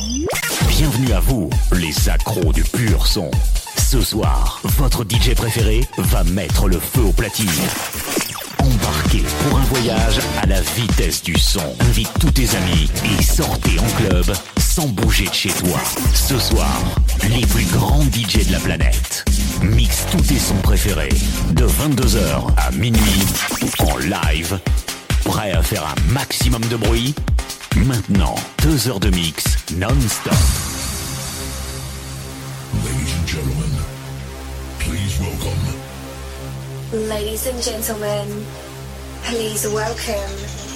Bienvenue à vous, les accros du pur son. Ce soir, votre DJ préféré va mettre le feu aux platines. Embarquez pour un voyage à la vitesse du son. Invite tous tes amis et sortez en club sans bouger de chez toi. Ce soir, les plus grands DJ de la planète mixent tous tes sons préférés de 22h à minuit en live. Prêt à faire un maximum de bruit? Maintenant, 2 heures de mix non-stop. Ladies and gentlemen, please welcome. Ladies and gentlemen, please welcome.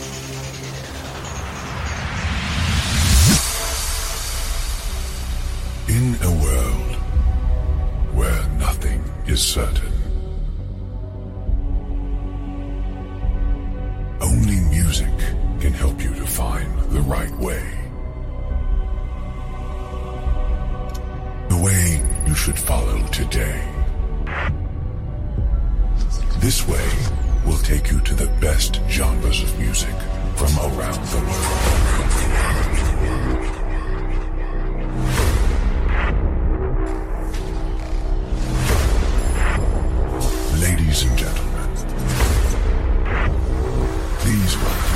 In a world where nothing is certain, only music can help you to find the right way. The way you should follow today. This way will take you to the best genres of music from around the world. Ladies and gentlemen, please welcome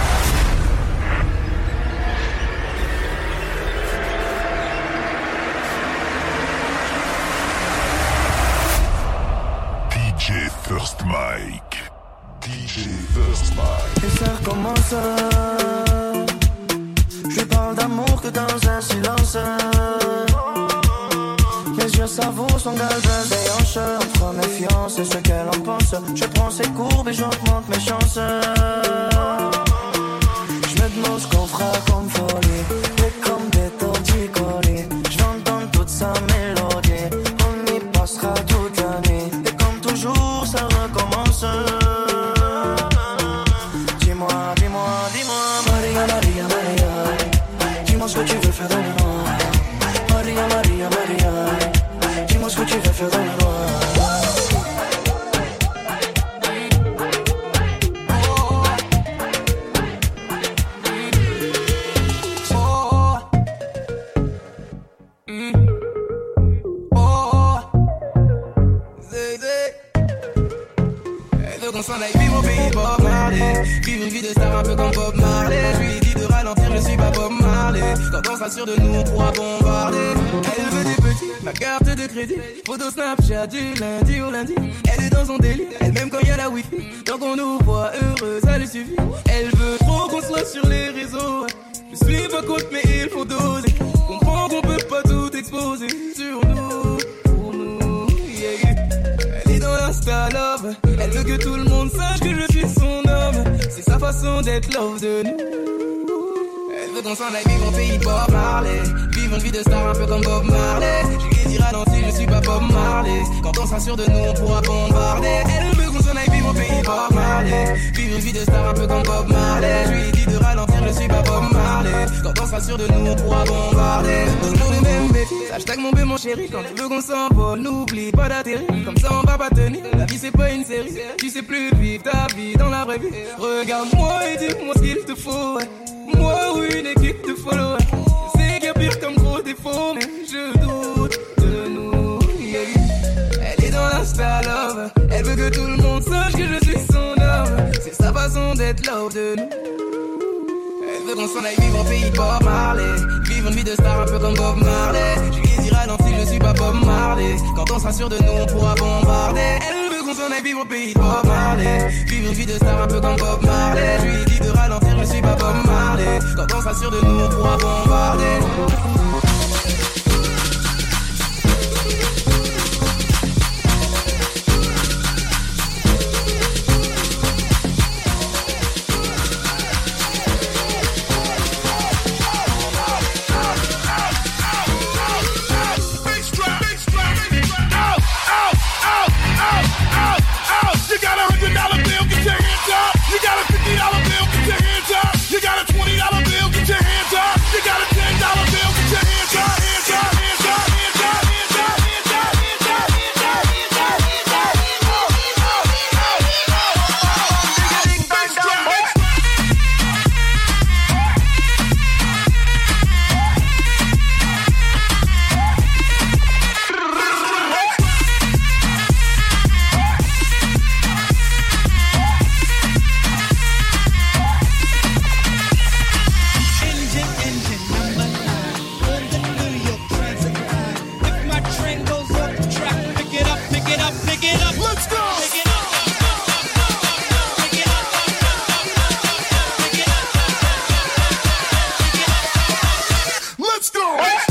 DJ First Mike. DJ First Mike. Et ça recommence. Je lui parle d'amour que dans un silence. Mes yeux savourent son galvaise des hanches. Entre méfiance et ce qu'elle en pense. Je prends ses courbes et j'augmente mes chances. Je me demande ce qu'on fera comme folie. Et comme des torticolis. Je vais entendre toute sa mélodie. On y passera toute la nuit. Et comme toujours ça recommence. Dis-moi, dis-moi, dis-moi Maria, Maria, Maria. Dis-moi ce que tu veux faire dans le noir. Maria, Maria, Maria. Dis-moi ce que tu veux faire dans le noir. S'en aille vivre au pays de Bob Marley. Vivre une vie de star un peu comme Bob Marley. Je lui ai dit de ralentir, je suis pas Bob Marley. Quand on sera sûr de nous, on pourra bombarder. Elle veut des petits, ma carte de crédit. Photo Snapchat du lundi au lundi. Elle est dans son délire, elle même quand y a la wifi. Tant qu'on nous voit heureux, ça lui suffit. Elle veut trop qu'on soit sur les réseaux. Je suis pas contre mais il faut doser. Comprends qu'on peut pas tout exposer sur nous. Insta love, elle veut que tout le monde sache que je suis son homme. C'est sa façon d'être love de nous. Elle veut qu'on s'en aille vivre au pays de Bob Marley. Vivre une vie de star un peu comme Bob Marley. Je lui ai dit ralentir, je suis pas Bob Marley. Quand on sera sûr de nous, on pourra bombarder. Elle veut qu'on s'en aille vivre au pays de Bob Marley. Vivre une vie de star un peu comme Bob Marley. Je lui ai dit de ralentir, je suis pas Bob Marley. Quand on sera sûr de nous, on pourra bombarder. Toujours les mêmes bêtises. Hashtag mon bé mon chéri. Quand tu veux qu'on s'envole, n'oublie pas d'atterrir. Comme ça on va pas tenir. La vie c'est pas une série. Tu sais plus vivre ta vie dans la vraie vie. Regarde-moi et dis-moi ce qu'il te faut. Moi ou une équipe de follow. Je sais qu'il y a pire comme gros défaut, mais je doute de nous. Elle est dans l'insta love. Elle veut que tout le monde sache que je suis son homme. C'est sa façon d'être love de nous. Elle veut qu'on s'en aille vivre au pays de Bob Marley. Vivre une vie de star un peu comme Bob Marley. Je lui ai dit ralentir, je suis pas Bob Marley. Quand on sera sûr de nous, on pourra bombarder. Elle veut qu'on s'en aille vivre au pays de Bob Marley. Vivre une vie de star un peu comme Bob Marley. Je lui ai dit de ralentir, je suis pas Bob Marley. Quand on sera sûr de nous, on pourra bombarder. You got a $50 bill, get your hands up. You got a $20 bill, get your hands up. You got a Let's go.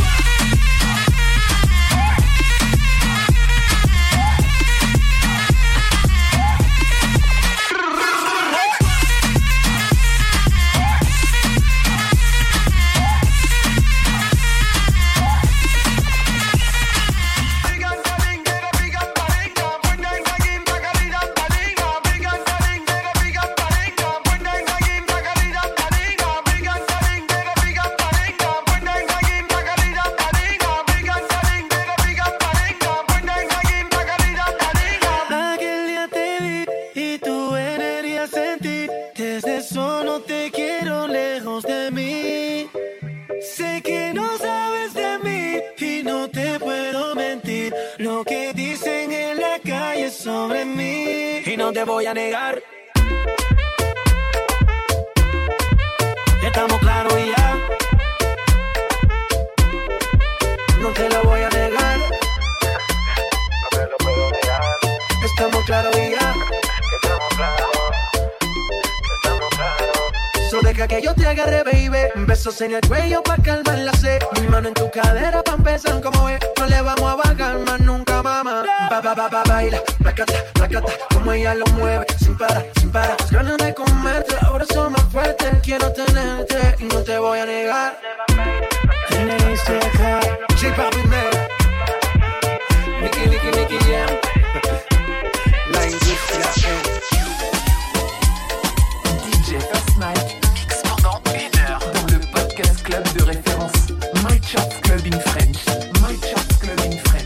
No te voy a negar, estamos claros y ya. No te lo voy a negar, no te lo puedo negar. Estamos claros y ya. Estamos claros. So deja que yo te agarre, baby. Besos en el cuello pa' calmar la sed. Mi mano en tu cadera pa' empezar como es. No le vamos a bajar más nunca, mamá. Baila, placata, placata. Como ella lo mueve, sin parar, sin parar. Las ganas de comerte, ahora son más fuertes. Quiero tenerte y no te voy a negar. J Balvin, Nicky Jam. La industria, DJ First Night, mix pendant 1 heure dans le podcast club de référence My Charts Club in French. My Charts Club in French.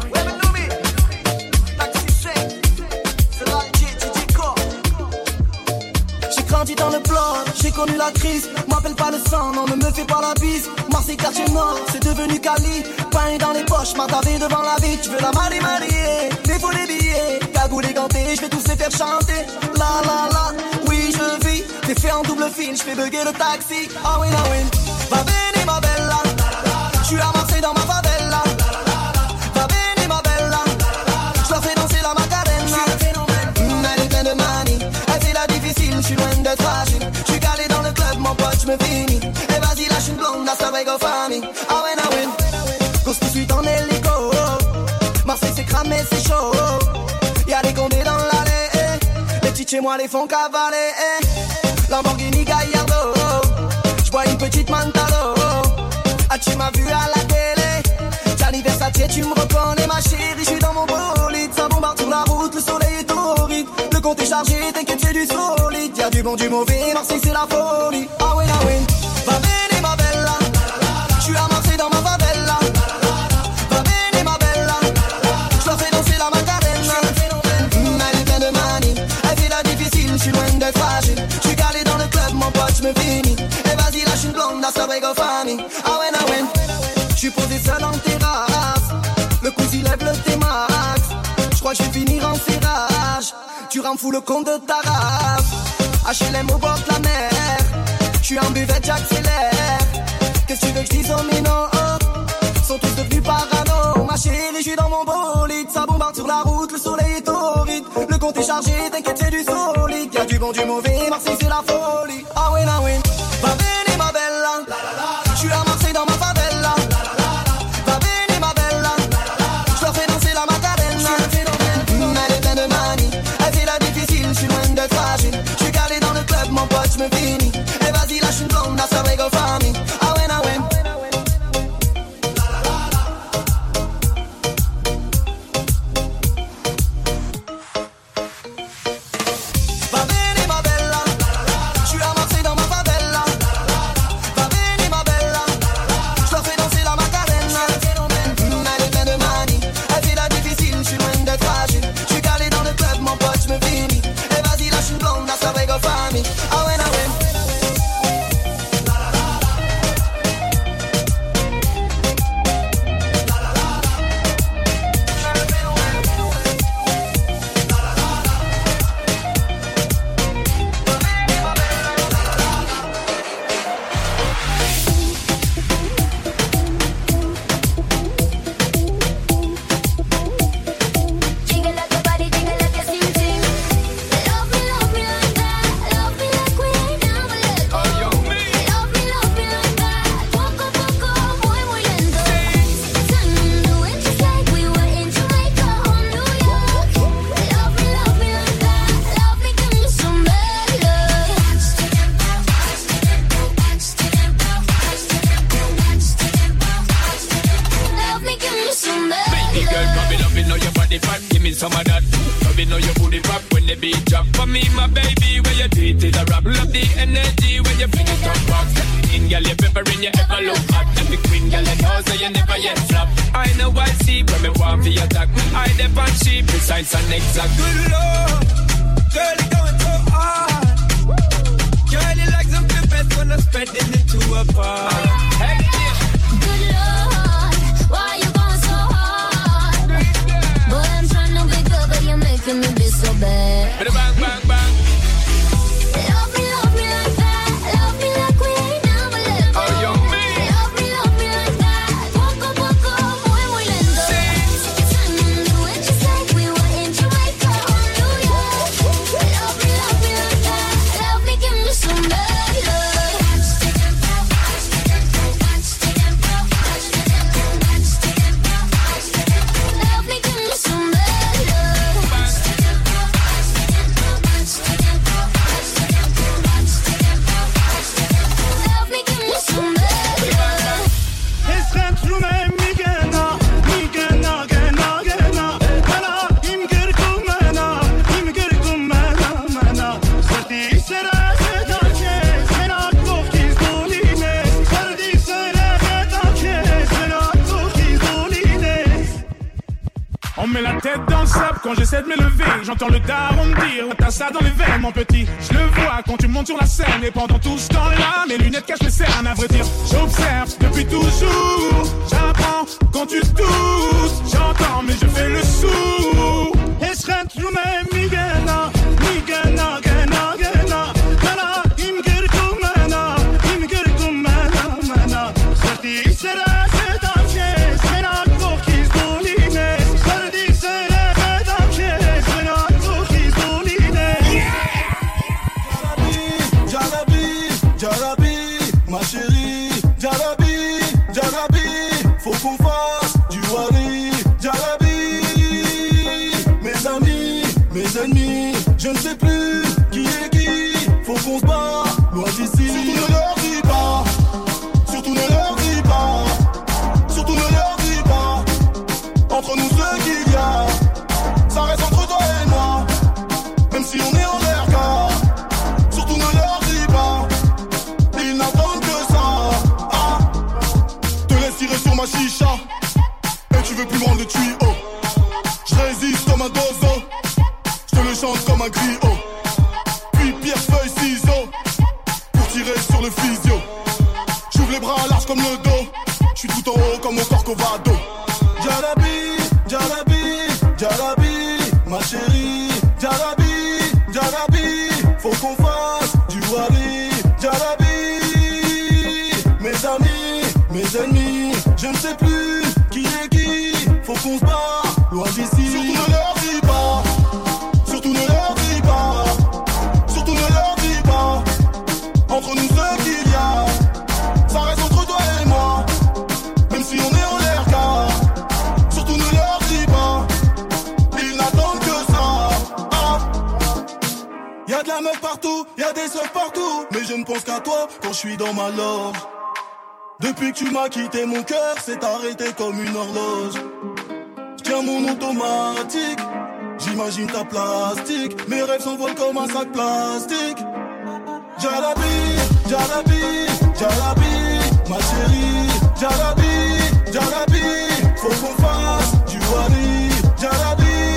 J'ai grandi dans le plan, j'ai connu la crise. M'appelle pas le sang, non, ne me fais pas la bise. Marseille, quartier nord, c'est devenu Cali. Pain dans les poches, m'attarder devant la vie. Tu veux la marier, mais faut les billets. Cagoule et ganté, je vais tous les faire chanter. La la la, oui je vis. T'es fait en double fil, je fais bugger le taxi. Ah oui, va venir ma bella. J'suis à Marseille dans ma favela. Va venir ma bella. J'la fais danser la Macarena. Elle est pleine de manie, elle fait la difficile, j'suis loin d'être fragile. J'suis calé dans le club, mon pote, j'me finis. Et vas-y, lâche une blonde, that's the way go family. Ah ouais, cause tout de suite en hélico. Marseille c'est cramé, c'est chaud. Y'a des condés dans l'allée. Les petites chez moi les font cavaler. Lamborghini Gallardo. J'bois une petite Mantalo. Ah tu m'as vu à la télé. Gianni Versace, tu me reconnais ma chérie. J'suis dans mon bolide, ça bombarde sur la route, le soleil est torride. Le compte est chargé, t'inquiète c'est du solide. Y'a du bon, du mauvais, Marseille c'est la folie. Ah oui, va venir ma bella. J'suis à Marseille dans ma favela. Va venir ma bella. J'la fais danser la Macarena. Elle est pleine de manie, elle fait la difficile, j'suis loin d'être fragile. J'suis calé dans le club, mon pote, j'me finis. Et vas-y lâche une blonde, that's the way go family. Ah ouais, j'suis posé seul en terrasse. Le cousin lève le T-Max. J'crois que j'vais finir en serrage. Tu rends fou le compte de ta race. HLM au bord de la mer. J'suis en buvette, j'accélère. Qu'est-ce que tu veux que j'dise aux minots? Sont tous devenus parano. Ma chérie, j'suis dans mon bolide. Ça bombarde sur la route, le soleil est torride. Le compte est chargé, t'inquiète c'est du solide. Y'a du bon, du mauvais, Marseille c'est la folie. Ah oui, va venir ma bella. J'suis à Marseille dans ma favela. Va venir ma bella. J'la fais danser la Macarena. Elle est pleine de manie, elle fait la difficile, j'suis loin d'être fragile. J'suis calé dans le club, mon pote, j'me finis. Et vas-y lâche une blonde, that's the way go family. Ah ouais, Va venir ma bella. J'suis à some of that. Love know your booty pop when the beat drop. For me, my baby, where you do it is a rap. Love the energy when you fling it on box. In girl, you peppering, you ever look hot. Every queen girl, you know, so you never yet flop. I know I see when me want for attack. I depend she precise and exact. Good Lord, girl, you going so hard. Girl, you like some pipette when I'm spreading it to a bar. Hey, yeah. Good Lord, why you going so hard? Boy, I'm trying to wake up, but you're making me be so bad. Bang, bang, bang. Love me like that. Love me like we ain't never let go. Oh, yo, me. Love me like that. Poco, poco, muy, muy lento. Simon, do what you say. We were in Jamaica on New York. Love me like that. Love me, give me some better. Love me, give me some better. On met la tête dans le sable quand j'essaie de m'élever. J'entends le daron me dire, t'as ça dans les veines mon petit. Je le vois quand tu montes sur la scène. Et pendant tout ce temps-là, mes lunettes cachent mes cernes. À vrai dire, j'observe depuis toujours. J'apprends quand tu doutes. J'entends mais je fais le sourd. Et je rentre même migana, migana, gana, gana. Gana, imgirkum mana, imgirkum mana, mana. Sorti sera. Je ne sais plus qui est qui, faut qu'on se bat, loin d'ici. Surtout ne leur dis pas, surtout ne leur dis pas, surtout ne leur dis pas. Entre nous ce qu'il y a, ça reste entre toi et moi. Même si on est en l'air car, surtout ne leur dis pas, ils n'attendent que ça. Ah, te laisse tirer sur ma chicha, et tu veux plus me rendre le tuyau. Je résiste comme un dozo. Je chante comme un griot. Puis pierre, feuille, ciseaux pour tirer sur le physio. J'ouvre les bras larges comme le dos. J'suis tout en haut comme mon Corcovado. Jarabi, Jarabi, Jarabi, ma chérie. Jarabi, Jarabi, faut qu'on fasse du wari. Jarabi, mes amis, mes ennemis, je ne sais plus qui est qui. Faut qu'on se bat, loin d'ici. Surtout ne leur dis pas. Surtout ne leur dis pas, surtout ne leur dis pas. Entre nous ce qu'il y a, ça reste entre toi et moi. Même si on est en l'air car, surtout ne leur dis pas, ils n'attendent que ça. Ah. Y'a de la meuf partout, y'a des seufs partout. Mais je ne pense qu'à toi quand je suis dans ma loge. Depuis que tu m'as quitté, mon cœur s'est arrêté comme une horloge. J'tiens mon automatique. J'imagine ta plastique, mes rêves s'envolent comme un sac plastique. Jarabi, Jarabi, Jarabi, ma chérie. Jarabi, Jarabi, faut qu'on fasse du wari. Jarabi,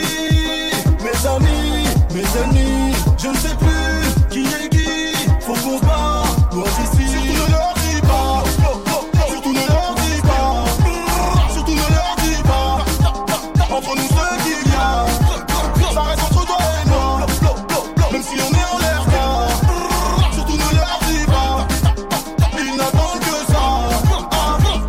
mes amis, mes ennemis, je ne sais plus qui est qui. Faut qu'on se bat, loin d'ici. Surtout ne leur dis pas, surtout ne leur dis pas, surtout ne leur dis pas. Entre nous ce qu'il y a, ça reste entre toi et moi. Même si on est en l'air car, surtout ne leur dis pas, ils n'attendent que ça.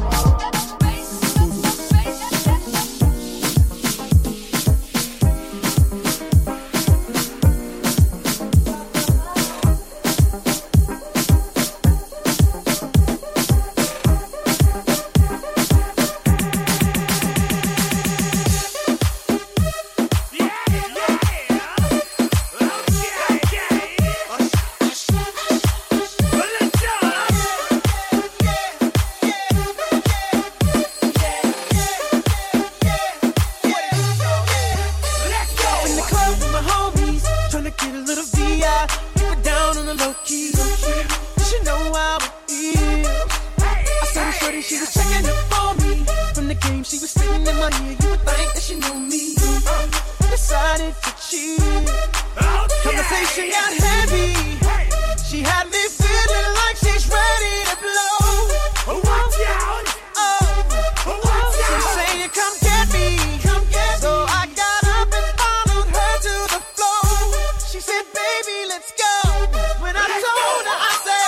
hanging up on me. From the game, she was spitting in my ear. You would think that she knew me. Decided to cheat. Conversation got heavy. She had me feeling like she's ready to blow. Watch out! She's saying, come get me. So I got up and followed her to the floor. She said, baby, let's go. When I told her, I said,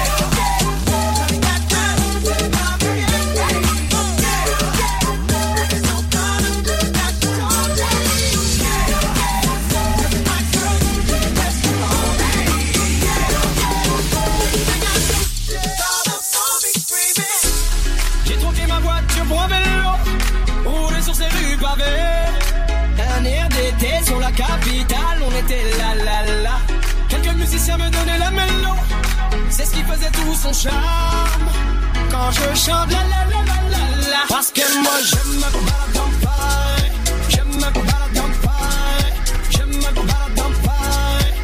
j'ai troqué ma voiture pour un vélo, roulé sur ces rues pavées. Un air d'été sur la capitale, on était là. Quelques musiciens me donnaient la mélo, c'est ce qui faisait tout son charme. Quand je chante la, parce que moi je me balade dans Paris, je me balade dans Paris, je me balade dans Paris,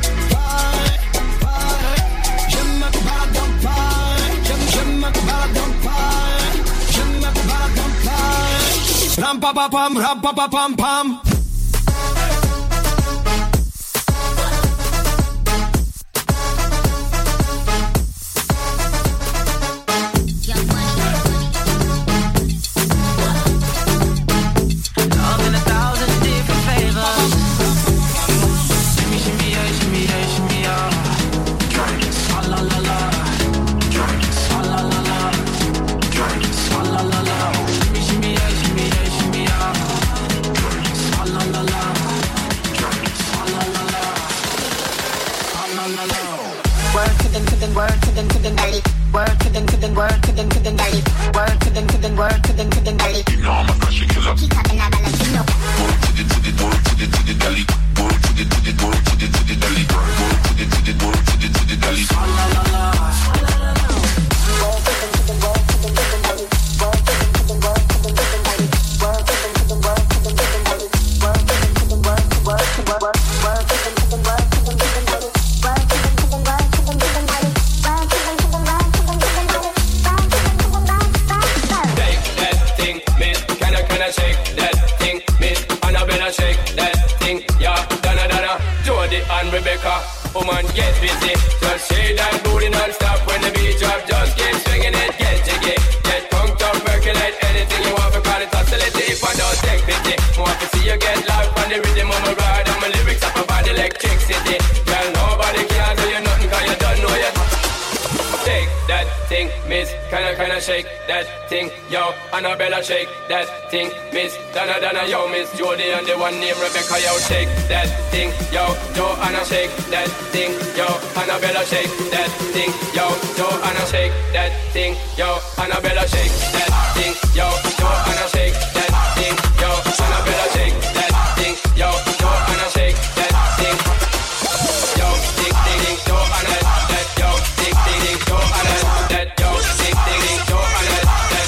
je me balade dans Paris, je me balade dans Paris, je me balade dans Paris. Ram pa pa pam pam. Woman, get busy. Just shake that booty non-stop when the beat drop. Just keep swinging it, get jiggy. Get punked up, percolate anything you want to call it hostility. If I don't take pity, want to see you get live on the rhythm of my ride. And my lyrics up about electricity. Girl, nobody can do you nothing cause you don't know yet. Take that thing, miss. Kinda shake that thing, yo. Annabella, shake that thing, miss. Donna, yo, miss Jody and the one named Rebecca, yo. Shake that thing, yo. Joanna, shake that thing, yo. Annabella, shake that thing, yo. Joanna, shake that thing, yo. Annabella, shake that thing, yo. Joanna, shake that thing, yo. Annabella, shake that thing, yo. Joanna, shake that thing, yo. Ding ding ding, Joanna, that yo. Ding ding ding, Joanna, that yo. Ding ding ding, Joanna, that.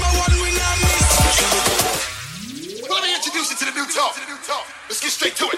Let me introduce you to the new talk. Let's get straight to it.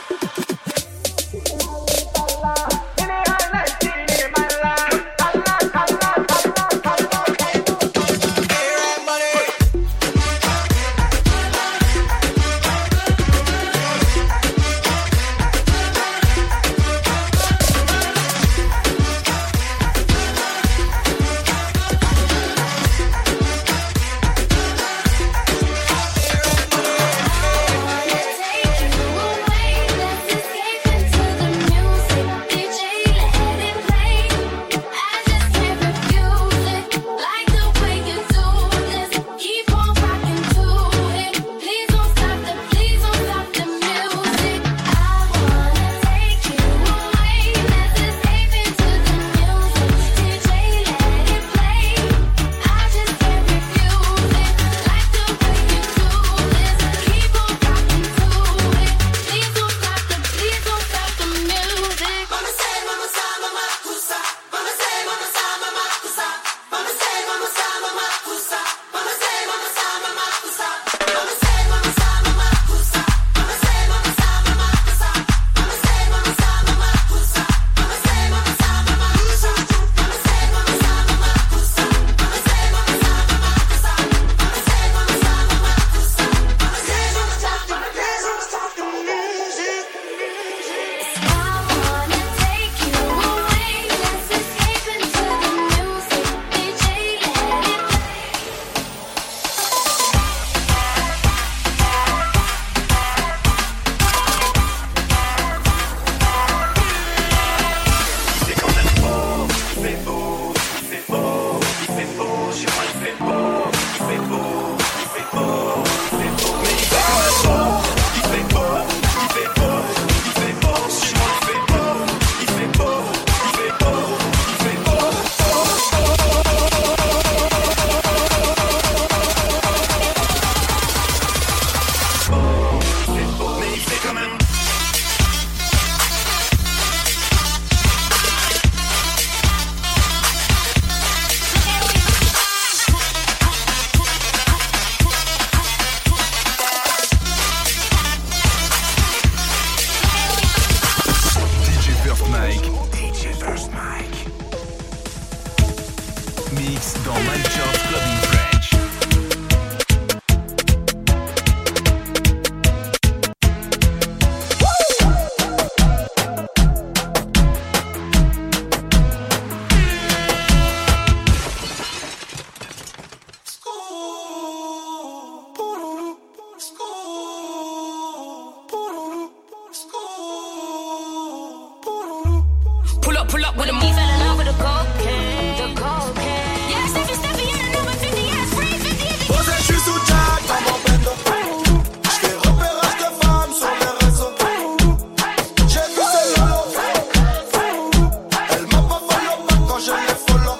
pull up with a me. Fell in love with the cocaine. The cocaine. Yeah, Steffi, you're the number 50. Yeah, it's free 50. Posé, je suis sous Jack dans mon bendo. J'fais repérage de femmes sur les réseaux. J'ai vu ce lolo. Elle m'a pas follow back quand je l'ai follow.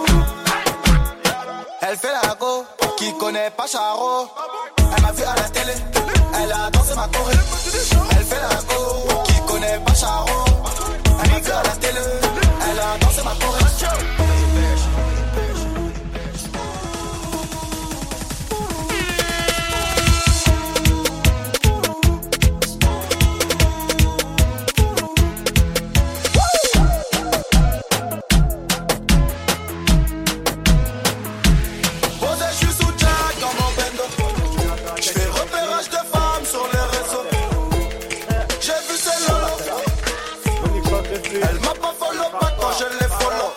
Elle fait la go, qui connaît pas Charo. Elle m'a vu à la télé, elle a dansé ma choré. Elle fait la go, qui connaît pas Charo. Elle m'a vu à la télé, elle a dansé ma choré. Elle m'a pas follow back quand je l'ai follow.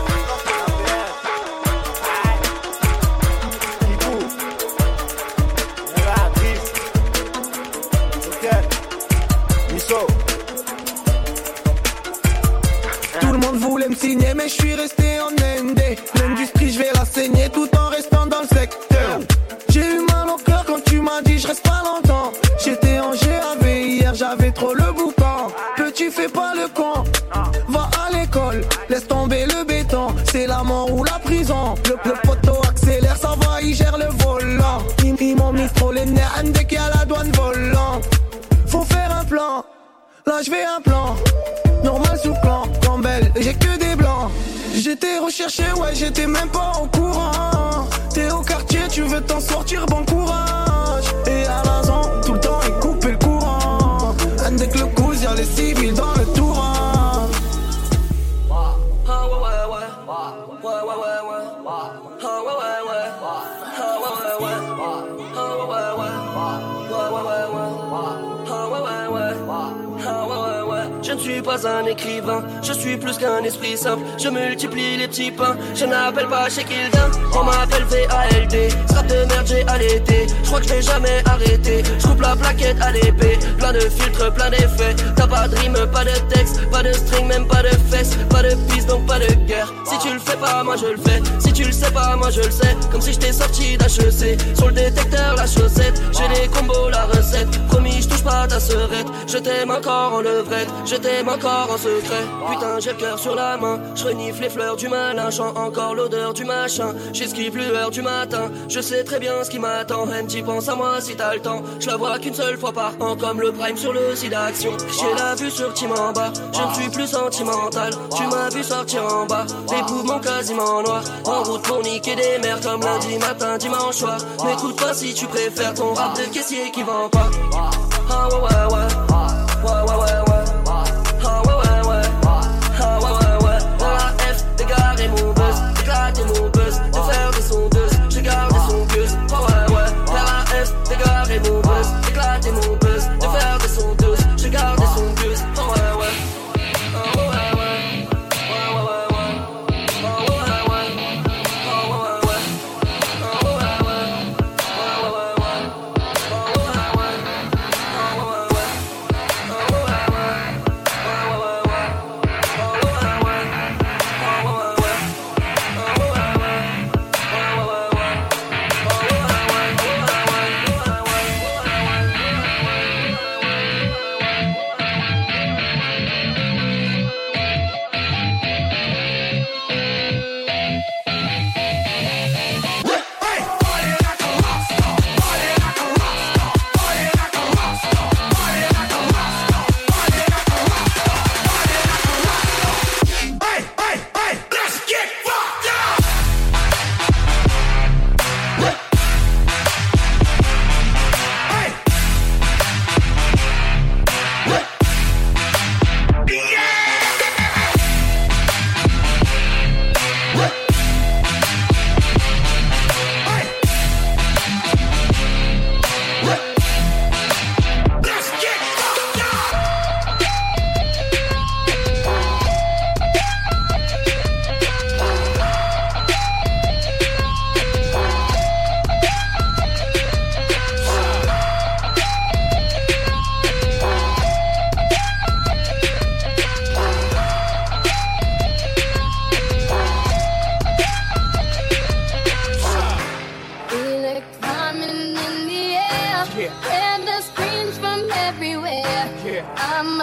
Tout le monde voulait me signer mais je suis resté en ND. L'industrie je vais la saigner tout en restant dans le secteur. J'ai eu mal au cœur quand tu m'as dit je reste pas longtemps. J'étais en GAV hier, j'avais trop le boucan. Petit fais pas le con, va à l'école, laisse tomber le béton. C'est la mort ou la prison. Le poteau accélère, ça va, il gère le volant. Ils m'ont mis trop les nerfs dès qu'il y a la douane volante. Faut faire un plan, là je vais un plan. Normal sous plan, Campbell, j'ai que des blancs. J'étais recherché, ouais, j'étais même pas au courant. T'es au quartier, tu veux t'en sortir, bon courage. Et à la zone, tout le temps, il coupe le courant. Dès que le coup, y'a les civils dans le Touran. Je ne suis pas un écrivain, je suis plus qu'un esprit simple. Je multiplie les petits pains, je n'appelle pas chez qui il vient. On m'appelle VALD, strap de merde j'ai allaité. Je crois que je vais jamais arrêter, je coupe la plaquette à l'épée. Plein de filtres, plein d'effets. T'as pas de rime, pas de texte, pas de string, même pas de fesses. Pas de piste, donc pas de guerre. Si tu le fais pas, moi je le fais. Si tu le sais pas, moi je le sais. Comme si j'étais sorti d'HEC. Sur le détecteur, la chaussette. J'ai les combos, la recette. Promis, je touche pas à ta serette. Je t'aime encore en levrette. Je t'aime encore en secret. Putain, j'ai le cœur sur la main. Je renifle les fleurs du malin. Chant encore l'odeur du machin. J'esquive l'heure du matin. Je sais très bien ce qui m'attend. MT, pense à moi si t'as le temps. Je la vois qu'une seule fois par an. Comme le prime sur le site d'action. J'ai la vue sur Tim en bas. Je ne suis plus sentimental. Tu m'as vu sortir en bas. Les poumons quasiment noirs. En route pour niquer des mères. Comme lundi matin, dimanche soir. M'écoute pas si tu préfères ton rap de caissier qui vend pas. Ah ouais ouais ouais. Ouais ouais ouais ouais. Ah ouais ouais ouais. Ah ouais ouais ouais. Dans la F, dégarer mon buzz. Éclater mon buzz. De faire des sondeuses. J'ai gardé son buzz. Ah ouais ouais. Dans la F, dégarer mon buzz. Éclater mon buzz. De faire des sondeuses. J'ai gardé son buzz. Ah ouais ouais. Ah ouais ouais ouais. Ouais ouais ouais ouais. Ah ouais ouais ouais. Ah ouais ouais ouais. Ah ouais ouais ouais. Ouais ouais ouais ouais. Ah ouais ouais ouais. Ah ouais ouais ouais. Ah ouais ouais ouais.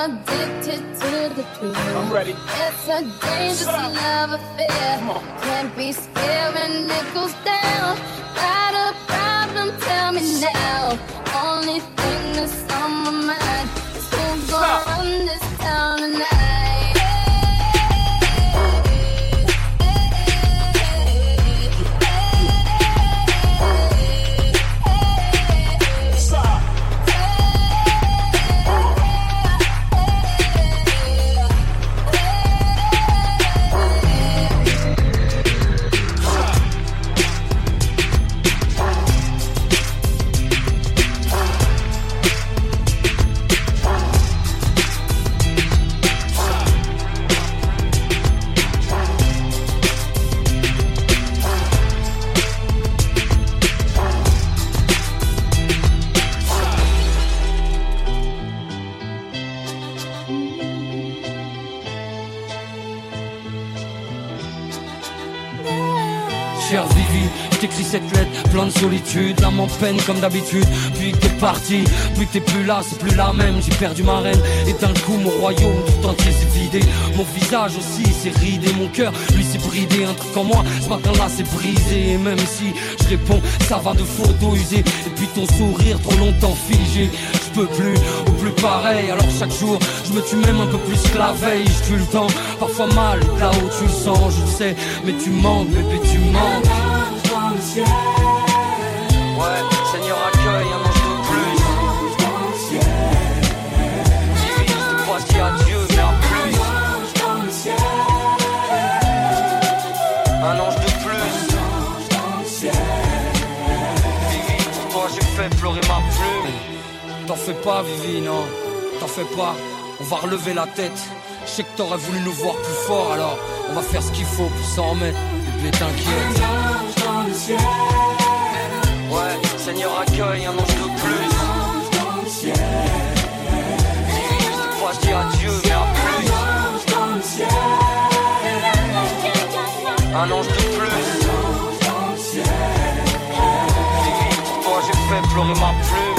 addicted to the truth. I'm ready. It's a dangerous love affair. Can't be scared when it goes down. Got a problem? Tell me now. Only thing that's on my mind is who's gonna run this town tonight. Chère Vivi, je t'écris cette lettre, plein de solitude, l'âme en peine comme d'habitude. Puis que t'es parti, puis que t'es plus là, c'est plus la même. J'ai perdu ma reine, et d'un coup mon royaume tout entier s'est vidé. Mon visage aussi s'est ridé, mon cœur lui s'est bridé. Un truc en moi, ce matin-là c'est brisé. Et même si je réponds, ça va de photos usées. Et puis ton sourire trop longtemps figé. Je peux plus, ou plus pareil. Alors chaque jour, je me tue même un peu plus que la veille. Je tue le temps, parfois mal, là-haut tu le sens, je le sais. Mais tu manques, bébé, tu manques. Ouais, Seigneur accueille un ange de plus. Divise, je te crois, je dis adieu, mais à plus. Un ange de plus. Vivi, pour toi j'ai fait pleurer ma plume. T'en fais pas, Vivi, non, t'en fais pas. On va relever la tête. Je sais que t'aurais voulu nous voir plus fort, alors on va faire ce qu'il faut pour s'en remettre. Bébé, t'inquiète. Ouais, Seigneur accueille un ange de plus. Vivi, je te crois, je dis adieu, mais à plus. Un ange de plus. Vivi, pour toi j'ai fait pleurer ma plume.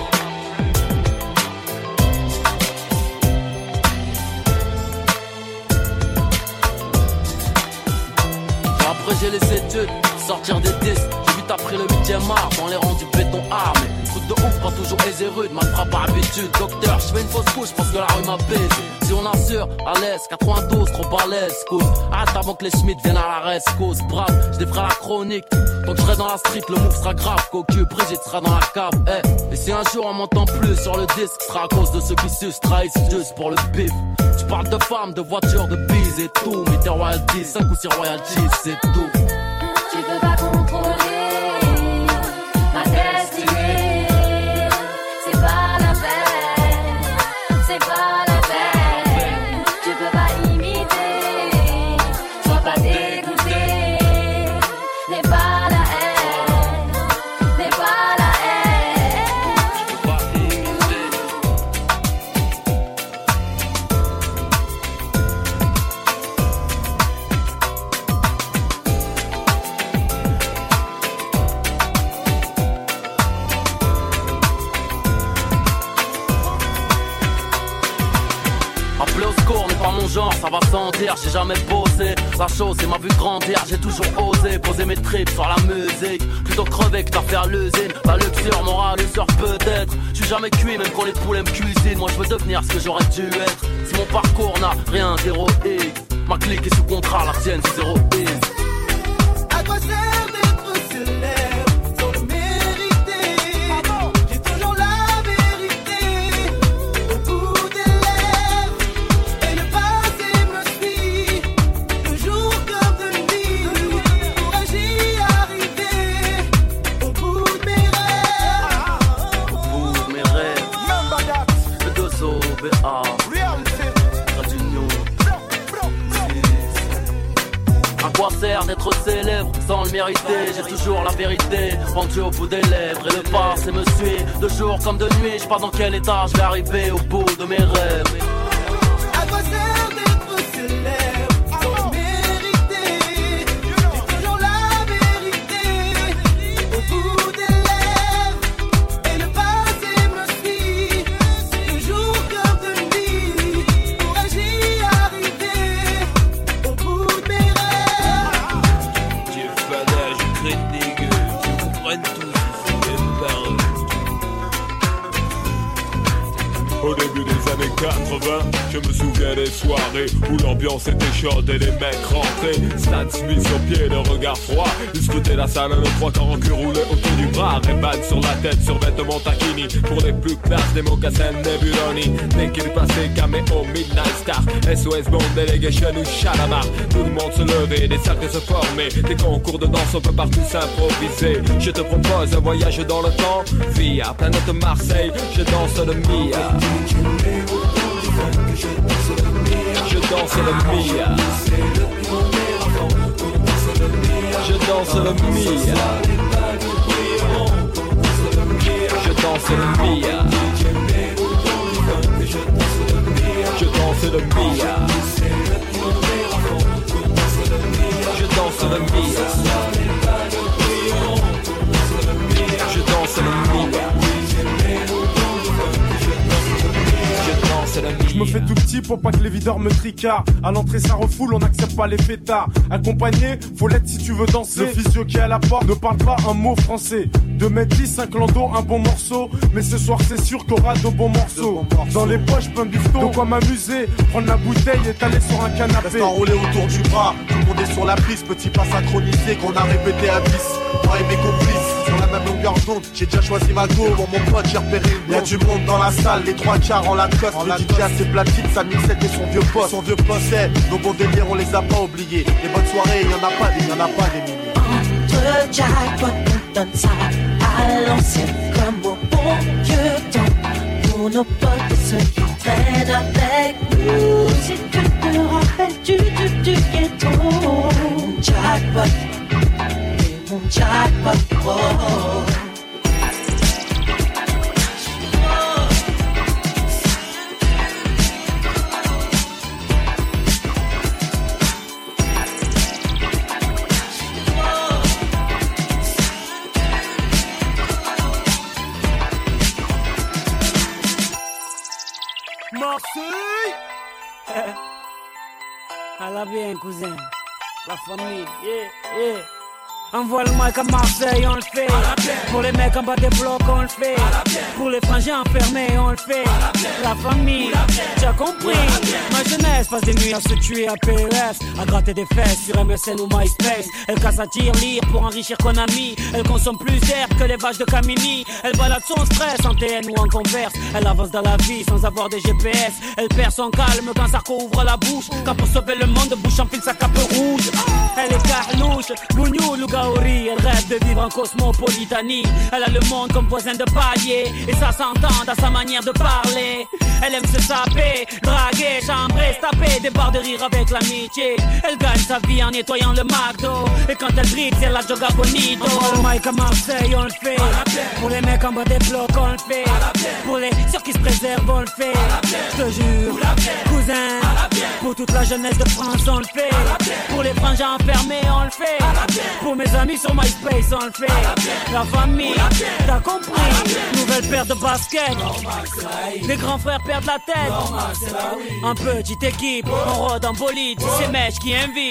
J'ai les études, sortir des disques. J'ai vu t'as pris le 8e art dans les rangs du béton armé. Truc de ouf, pas toujours aisé rude, mal frappe par habitude. Docteur, je fais une fausse couche parce que la rue m'a baisé. Si on assure, à l'aise, 92, trop balèze, cause. Hâte avant que les Schmitt viennent à la rescousse. Brave, je défrais la chronique. Tant que je serai dans la street, le move sera grave. Cocu, Brigitte sera dans la cave. Et si un jour on m'entend plus sur le disque, ce sera à cause de ceux qui sucent, trahissent juste pour le bif. Tu parles de femmes, de voitures, de bise et tout. Mais tes royalties, 5 ou 6 royalties, c'est tout. Tu peux pas contrôler ma destinée. C'est pas la peine, c'est pas la peine. Tu peux pas imiter, sois pas dégoûté. N'aie pas la haine, n'aie pas la haine. Tu peux pas imiter. Appeler au secours n'est pas mon genre, ça va sans dire, j'ai jamais bossé. La chose c'est ma vue grandir, j'ai toujours osé poser mes tripes sur la musique. Plutôt crever que t'as fait à l'usine. La luxure m'aura l'usure peut-être. Je suis jamais cuit même quand les poulets me cuisinent. Moi je veux devenir ce que j'aurais dû être. Si mon parcours n'a rien d'héroïque, ma clique est sous contrat, la tienne c'est zéro X. À quoi sert d'être célèbre sans le mériter? J'ai toujours la vérité au bout des lèvres. Et le passé me suit de jour comme de nuit. Pourrais-je y arriver au bout de mes rêves? Au bout de mes rêves, le dos au BA, Radunion. À quoi sert d'être célèbre sans le mériter? J'ai toujours la vérité rendue au bout des lèvres. Et le passé me suit de jour comme de nuit. Je sais pas dans quel état je vais arriver au bout de mes rêves. À quoi sert d'être célèbre sans le mériter? J'ai toujours la vérité au bout des lèvres. Et le passé me suit de jour comme de nuit. Au début des années 80, je me souviens des soirées où l'ambiance était chaude et les mecs rentraient. Stan Smith sur pied, le regard froid. Ils scrutaient la salle, le trois quarts en cul roulé autour du bras. Ray-Ban sur la tête, sur vêtements taquini. Pour les plus classes, des mocassins Nebuloni. Dès qu'il passait, caméo, Midnight Star, SOS Bond, Delegation ou Chalamar. Tout le monde se levait, des cercles se formaient. Des concours de danse, on peut partout s'improviser. Je te propose un voyage dans le temps via planète Marseille, je danse le Mia. Je danse le Mia. Je danse le Mia. Je danse le Mia. Je danse le Mia. Je danse le Mia. Je danse le Mia. Je me fais tout petit pour pas que les videurs me tricardent. À l'entrée ça refoule, on n'accepte pas les fêtards. Accompagné, faut l'être si tu veux danser. Le physio qui est à la porte ne parle pas un mot français. 2m10, 5 landaux, un bon morceau. Mais ce soir c'est sûr qu'aura de bons morceaux. Dans les poches, plein de bifton. De quoi m'amuser, prendre la bouteille et t'aller sur un canapé. Reste enroulé autour du bras, tout le monde est sur la piste. Petit pas synchronisé qu'on a répété à 10. Moi et mes complices, sur la même longueur d'onde. J'ai déjà choisi ma go, pour mon pote j'ai repéré une. Y'a du monde dans la salle, les trois quarts en la coste. Le DJ a ses platines, sa mixette et son vieux poste. Son vieux poste, nos bons délires on les a pas oubliés. Les bonnes soirées, y'en a pas des milliers. Entre jackpot, on donne ça à l'ancienne comme au bon vieux temps. Pour nos potes et ceux qui traînent avec nous. Si tu te rappelles du ghetto. Mon jackpot, et mon jackpot, oh. À la bien, cousin. La famille, yeah. Envoie le mic à Marseille, on le fait. Pour les mecs en bas des blocs, on le fait. Pour les frangins enfermés, on le fait. La famille, tu as compris. Ma jeunesse passe des nuits à se tuer à PES, à gratter des fesses sur MSN ou MySpace. Elle casse à lire pour enrichir Konami. Elle consomme plus d'herbe que les vaches de Camini. Elle balade son stress en TN ou en Converse. Elle avance dans la vie sans avoir des GPS. Elle perd son calme quand Sarko ouvre la bouche. Quand pour sauver le monde, bouche enfile sa cape rouge. Elle est carlouche, bougnou, Lougaouri. Elle rêve de vivre en cosmopolitanie. Elle a le monde comme voisin de palier. Et ça s'entend dans sa manière de parler. Elle aime se saper, draguer, chambrer, se taper des barres de rire avec l'amitié. Elle gagne sa vie en nettoyant le McDo. Et quand elle brille, c'est la joga bonito. On le mic à Marseille, on le fait. Pour les mecs en bas des blocs, on le fait. Pour les ceux qui se préservent, on le fait. Je te jure, cousin. Pour toute la jeunesse de France, on le fait. Pour les frangins enfermés, on le fait. Pour mes amis sur MySpace, on le fait. La famille, t'as compris. Nouvelle paire de baskets. Les grands frères perdent la tête. En petite équipe, on rôde en bolide. C'est Mèche qui invite.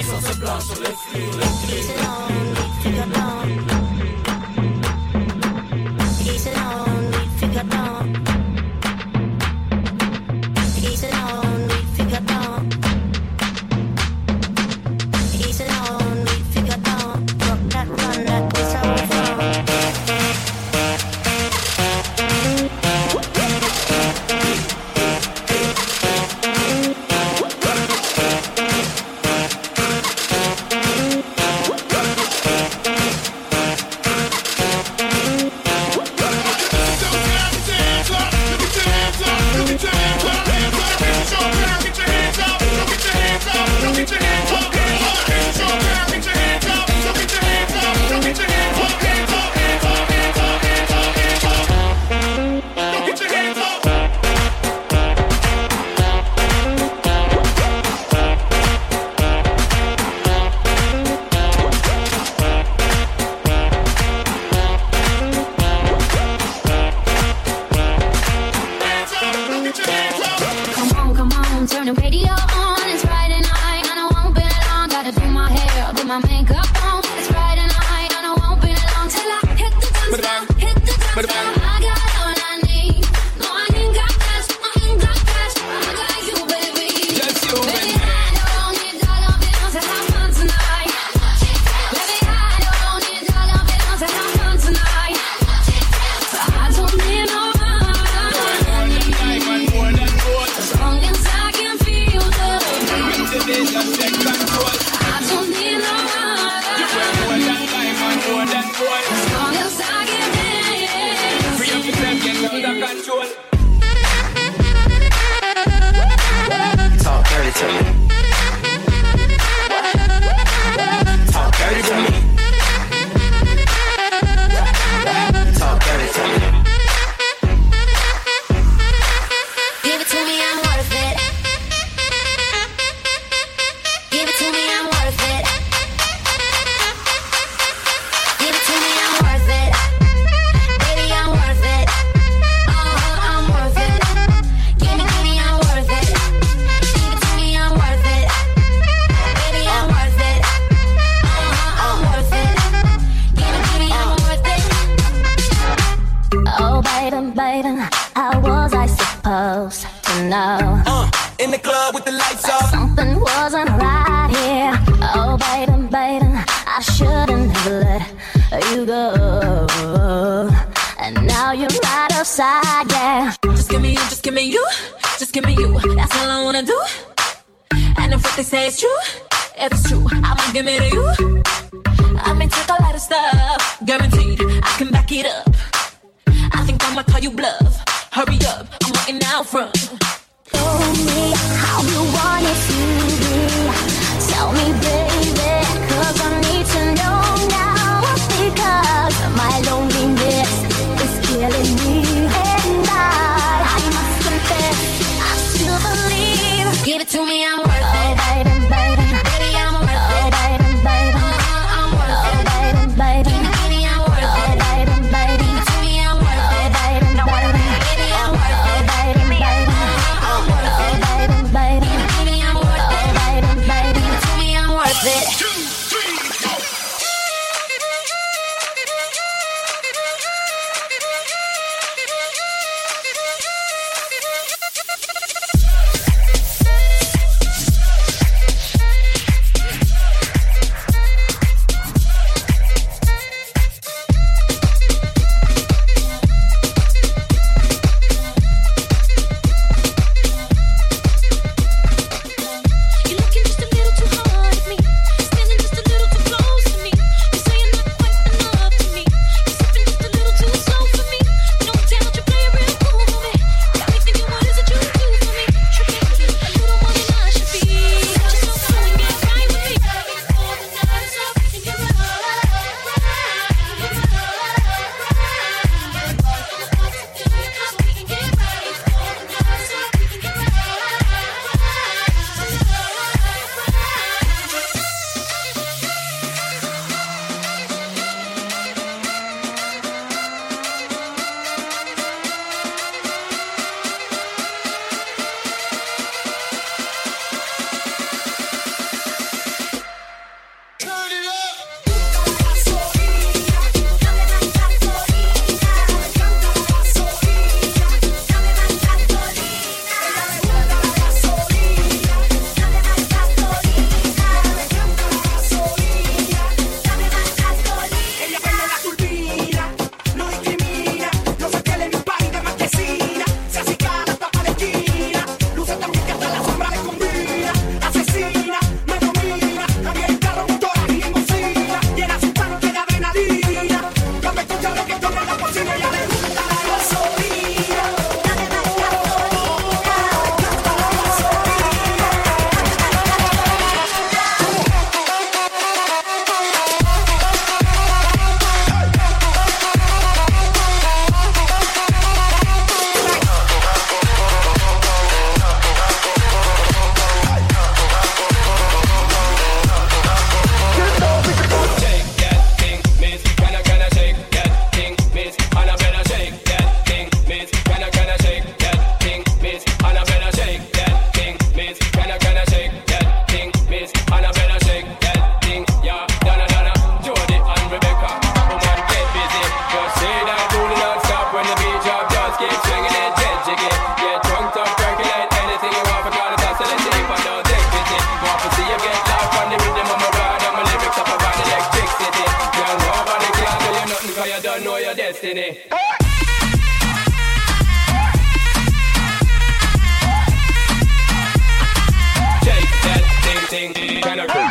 baby, how was I supposed to know? In the club with the lights off. Something wasn't right here. Oh, baby, I shouldn't have let you go. And now you're right outside, yeah. Just give me you, just give me you, just give me you. That's all I wanna do. And if what they say is true, if it's true, I'ma give it to you. I may take a lot of stuff, guaranteed I can back it up. I think I'ma call you bluff. Hurry up, I'm waiting out front. Tell me how you want it to be. Tell me, baby, 'cause I need to know now. Because my loneliness is killing me. And I must confess, I still believe. Give it to me, I'm worth it. Oh, baby, baby, I'm worth it. Oh, baby, I'm worth it. Oh, baby, baby, I'm worth it. Oh, baby, give it to me, I'm worth it. no, baby, I'm worth it. baby, I'm worth it. baby, Baby, I'm worth it. baby, Give it to me, I'm worth it. destiny. Shake that thing, kinda cool.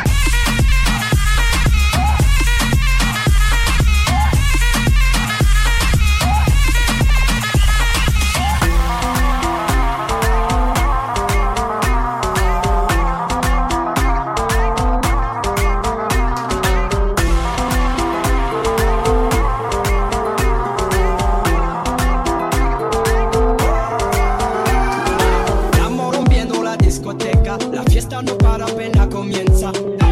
La fiesta no para, apenas comienza.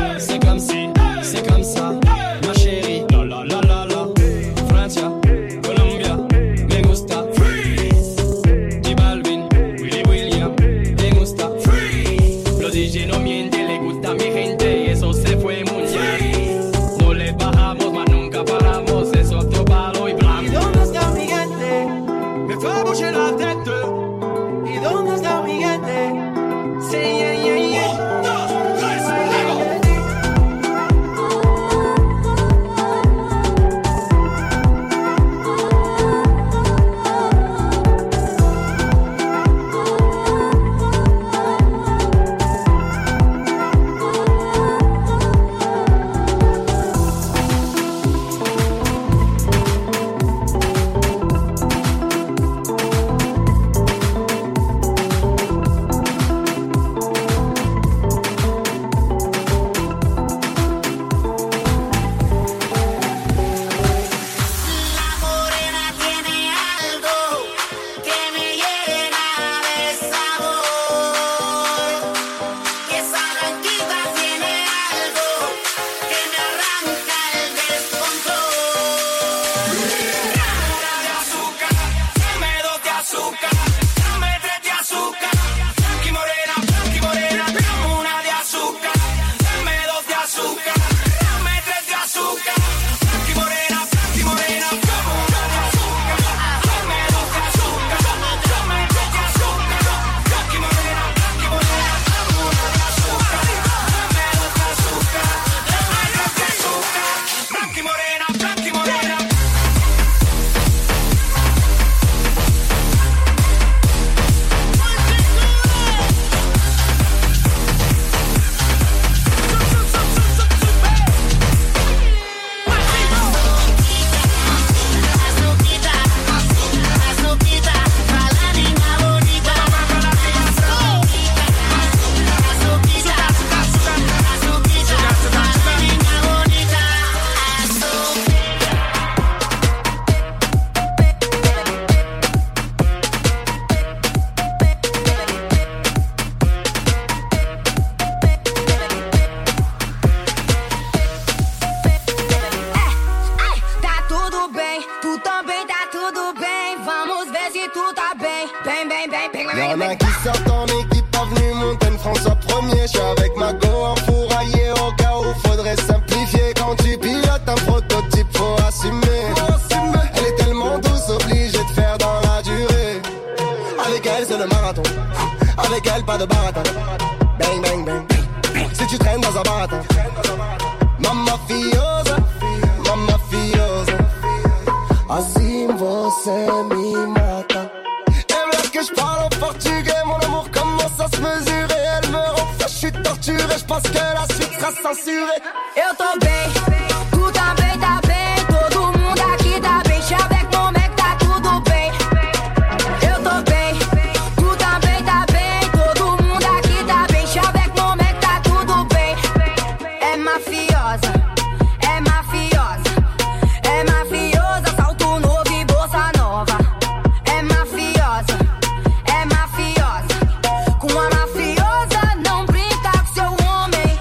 Y'en a qui sortent en équipe avenue Montaigne, François 1er. J'suis avec ma go enfouraillé au cas où faudrait simplifier. Quand tu pilotes un prototype, faut assumer. Elle est tellement douce, obligée de faire dans la durée. Avec elle, c'est le marathon. Avec elle, pas de baratin. Bang, bang, bang. Si tu traînes dans un baratin. Mamma fiosa, mamma fiosa. Assim você me mata. Elle veut que je parle en portugais. Mon amour commence à se mesurer. Elle me rend fâche, je suis torturé. Je pense que la suite sera censurée. Eu tô bem, tu também tá bem. Todo mundo aqui tá bem. Chá avec mon mec, tá tudo bem. Eu tô bem, tu também tá bem. Todo mundo aqui tá bem. Chá avec mon mec, tá tudo bem. É mafiosa, é mafiosa. É mafiosa, salto novo e bolsa nova. É mafiosa, é mafiosa. Com a mafiosa não brinca com seu homem.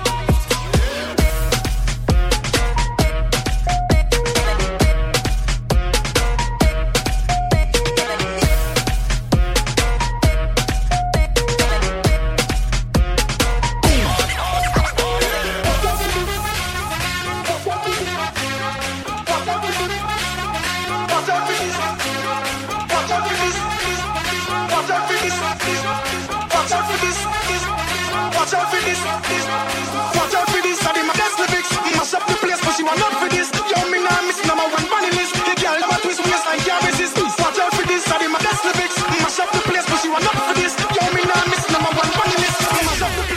Watch out for this. Watch out for this. I did my best lyrics. Mash up the place, but she want not for this. Yo, me nah miss number one bunny list. The girl never twist waistline, can't resist. Watch out for this. I did my best lyrics. Mash up the place, but she want not for this. Yo, me nah miss number one bunny list. Mash up the place.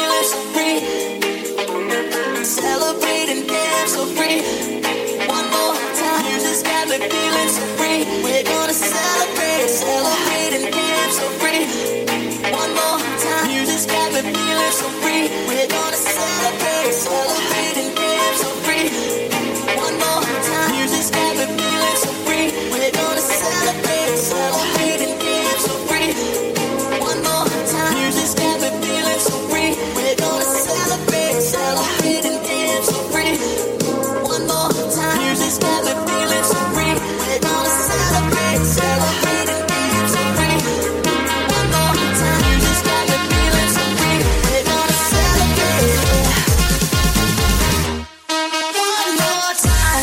feeling so free. Celebrate and dance so free. One more time, music's got me feeling so free. We're gonna celebrate, celebrate and dance so free. One more time, music's got me feeling so free. We're gonna celebrate, celebrate and dance so free. One more time, music's got me feeling so free. We're gonna celebrate, celebrate and dance so free. One more time, music's got me feeling so free. We're gonna celebrate, celebrate and dance so free. One more time, music's got me feeling so free. We're gonna celebrate, celebrate and dance so free. One more time, music's got me feeling so free. We're gonna celebrate. One more time.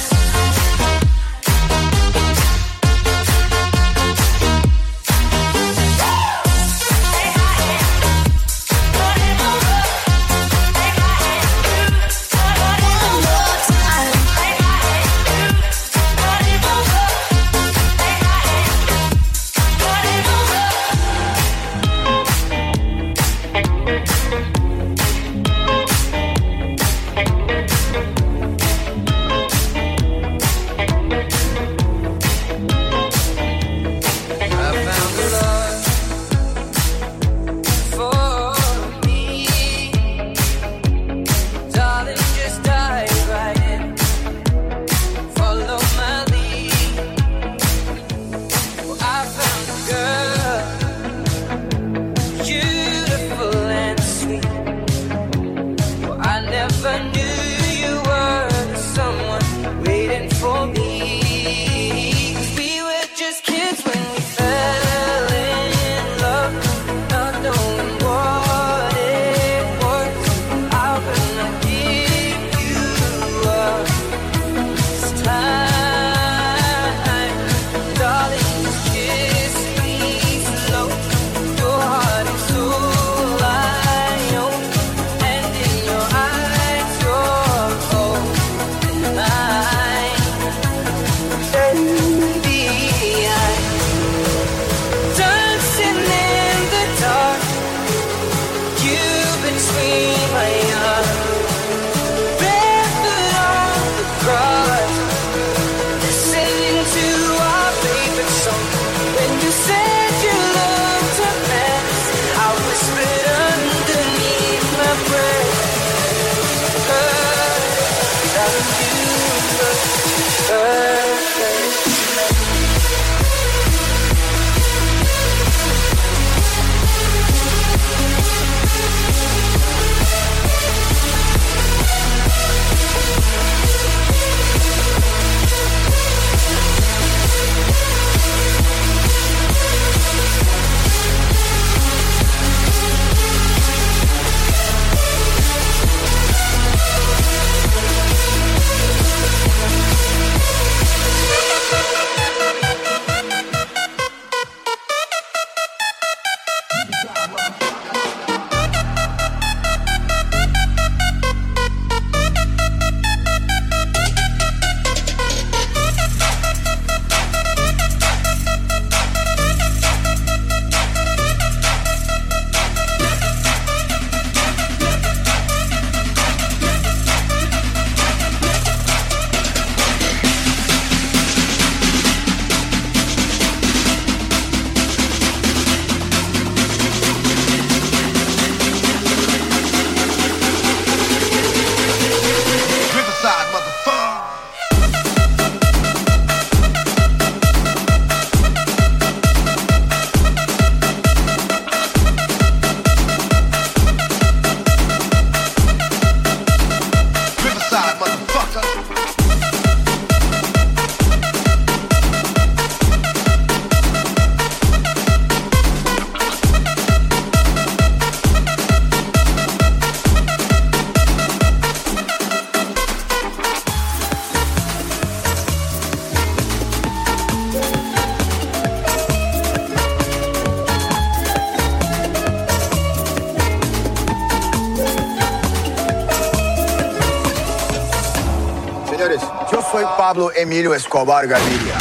soy Pablo Emilio Escobar Gaviria.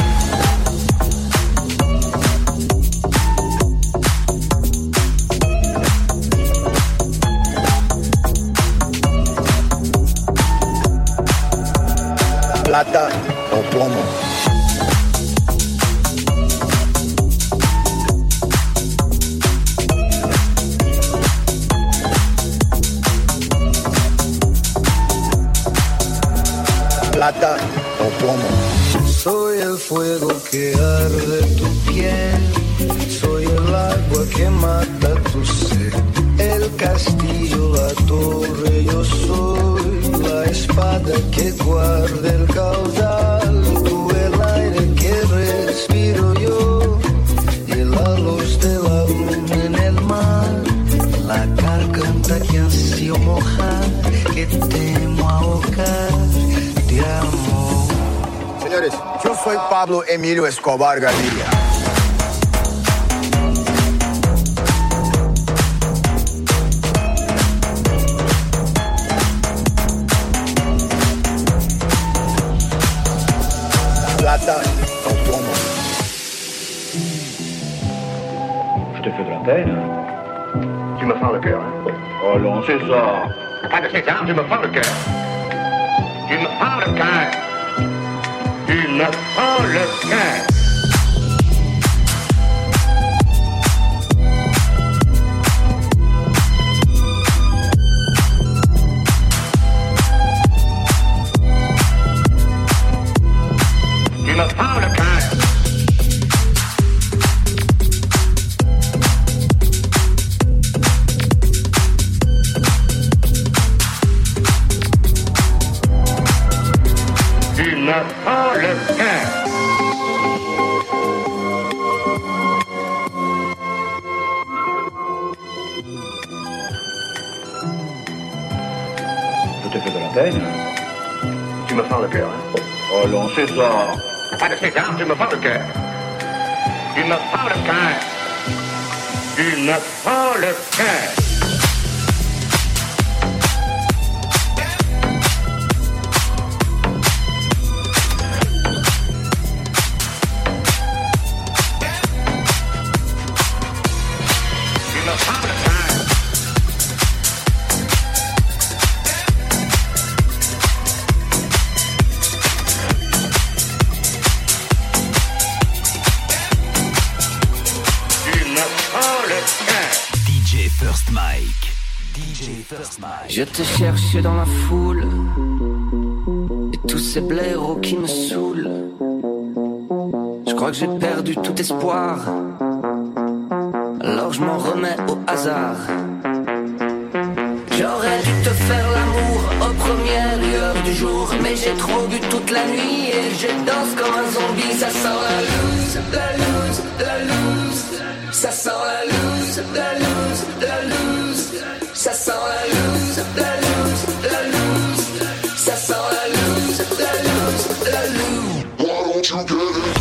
Plata o plomo. Plata o plomo. Soy el fuego que arde tu piel, soy el agua que mata tu sed, el castillo, la torre, yo soy la espada que guarda el caudal, tú el aire que respiro yo, y la luz de la luna en el mar, la garganta que ansío mojar, que temo ahogar, te amo. Señores, yo soy Pablo Emilio Escobar Gaviria. Plata o plomo. Je te fais de la peine. Tu me fends le cœur. Oh non, c'est ça. Pas de ces armes, tu me fends le cœur. Tu me fends le cœur. Tu me fends le cœur. Tu me fends le cœur. Tu me fends le cœur. Je te fais de la peine. Tu me fends le cœur. Oh non, c'est ça. Pas de ces armes, tu me fends le cœur. Tu me fends le cœur. Tu me fends le cœur. DJ First Mike. DJ First Mike. Je te cherche dans la foule et tous ces blaireaux qui me saoulent. Je crois que j'ai perdu tout espoir, alors je m'en remets au hasard. J'aurais dû te faire l'amour aux premières lueurs du jour, mais j'ai trop bu toute la nuit et je danse comme un zombie. Ça sent la loose, la loose, la loose. Ça sent la loose, la loose, la loose. Ça sent la loose, la loose, la loose. Ça sent la loose, la loose, la loose. Why don't you get it?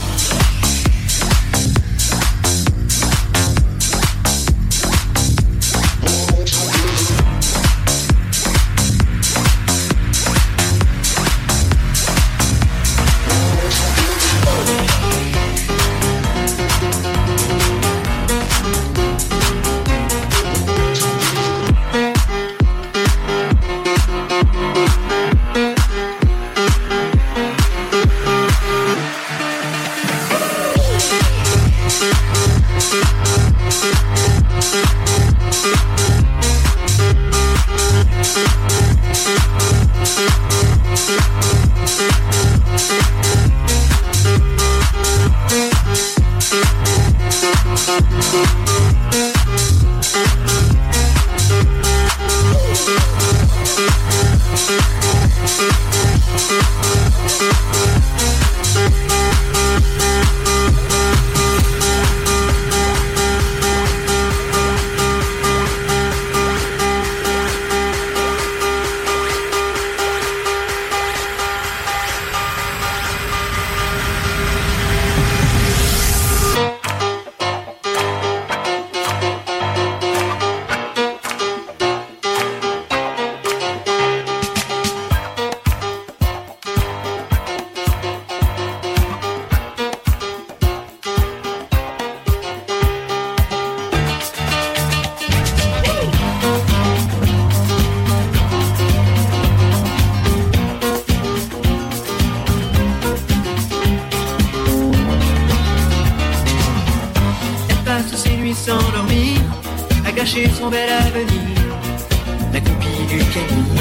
son bel avenir, la copie du cani.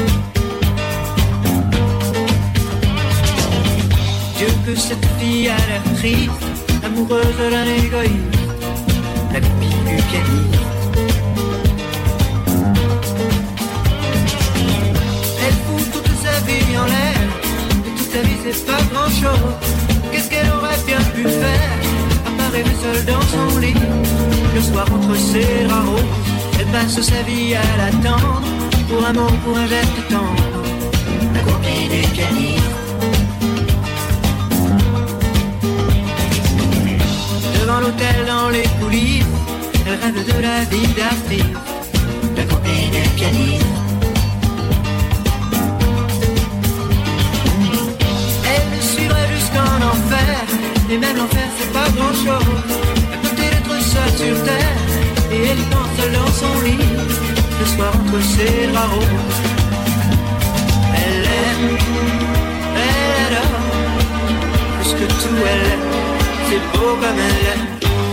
Dieu que cette fille a l'air triste, amoureuse d'un égoïste, la copie du cani. Elle fout toute sa vie en l'air, et toute sa vie c'est pas grand chose. Qu'est-ce qu'elle aurait bien pu faire, à part rêver seule dans son lit, le soir entre ses draps roses. Elle passe sa vie à l'attendre, pour un mot, pour un geste tendre, la copie du cani. Devant l'hôtel, dans les coulisses, elle rêve de la vie d'artiste, la copie du cani. Elle le suivrait jusqu'en enfer, et même l'enfer c'est pas grand chose, à côté d'être seule sur terre, et elle y pense seule dans son lit, le soir entre ses draps roses. Elle aime, elle adore, plus que tout elle aime, c'est beau comme elle aime.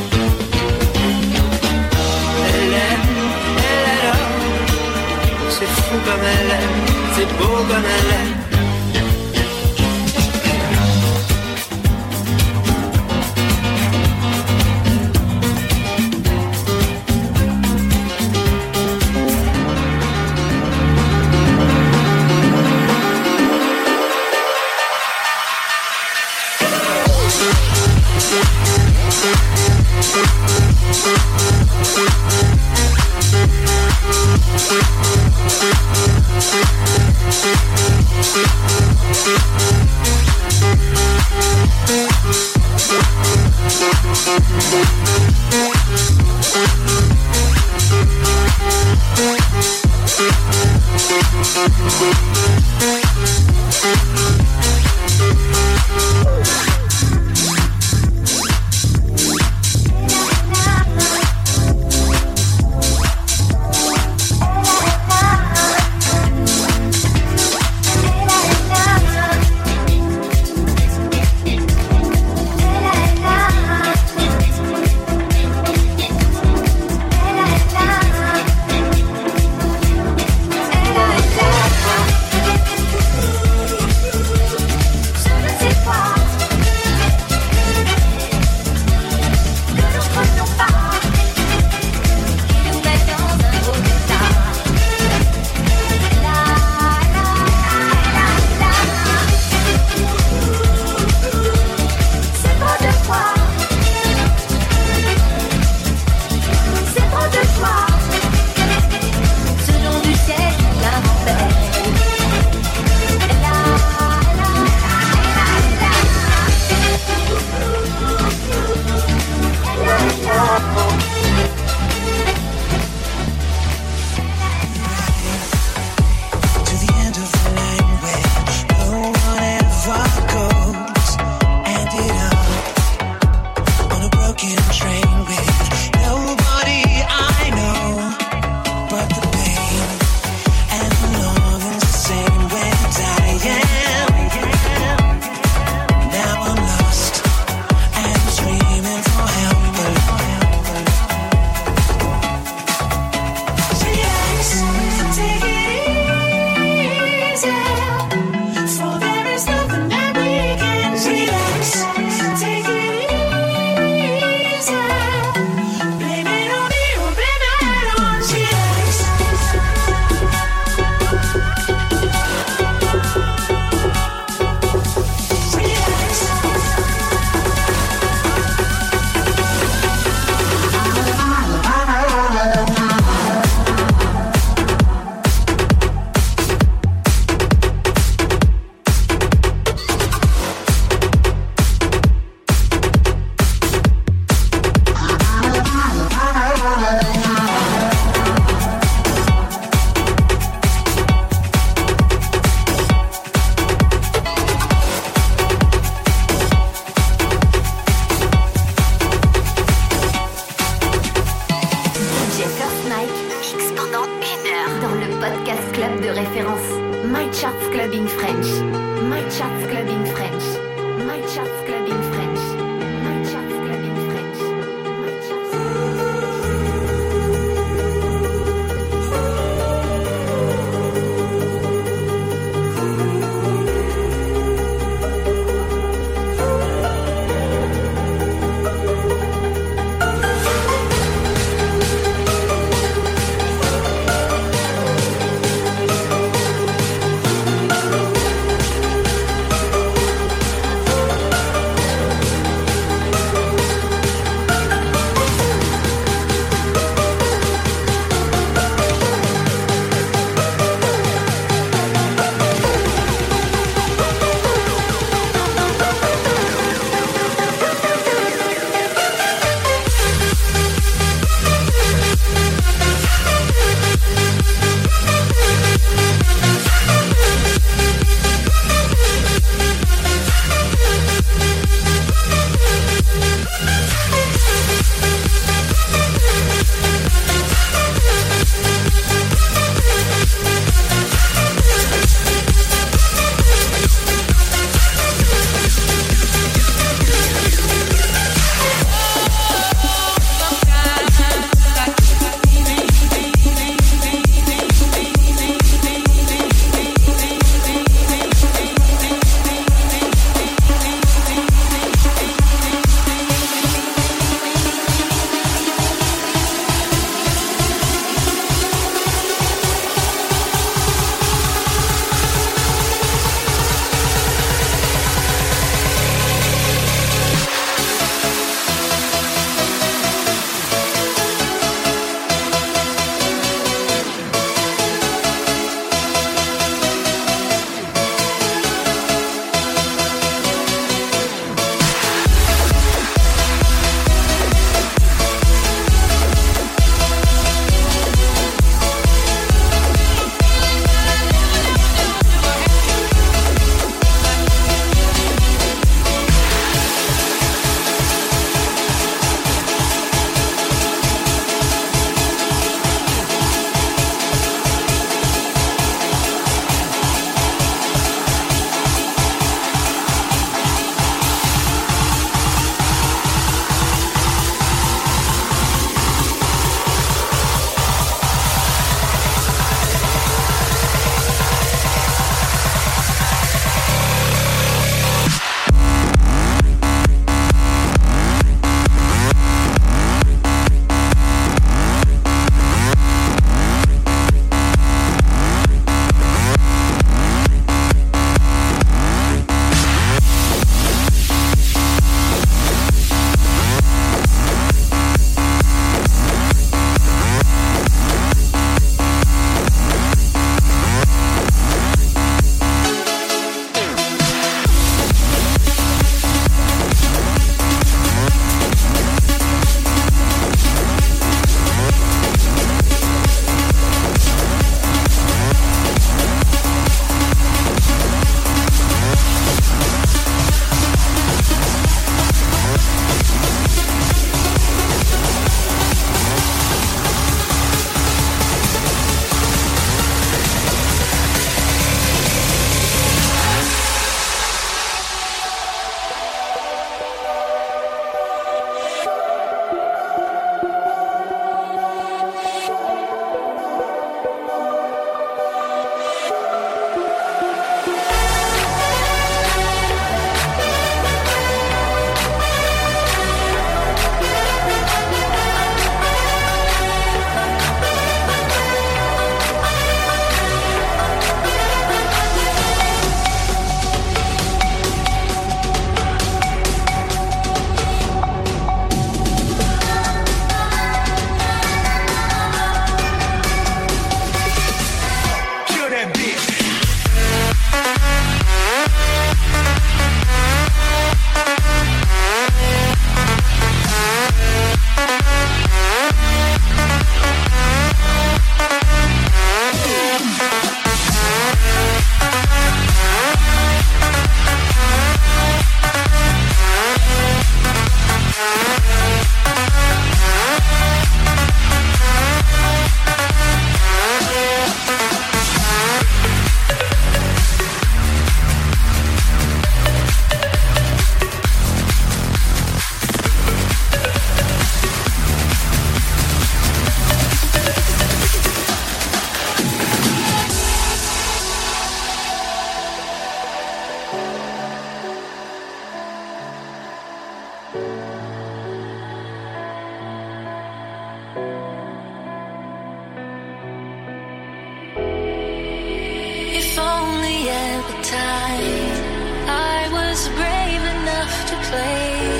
Elle aime, elle adore, c'est fou comme elle aime, c'est beau comme elle aime. Clubbing French. My Charts Clubbing French. My Charts Clubbing French. My Charts Clubbing French. My Charts. bad bitch. If only at the time I was brave enough to play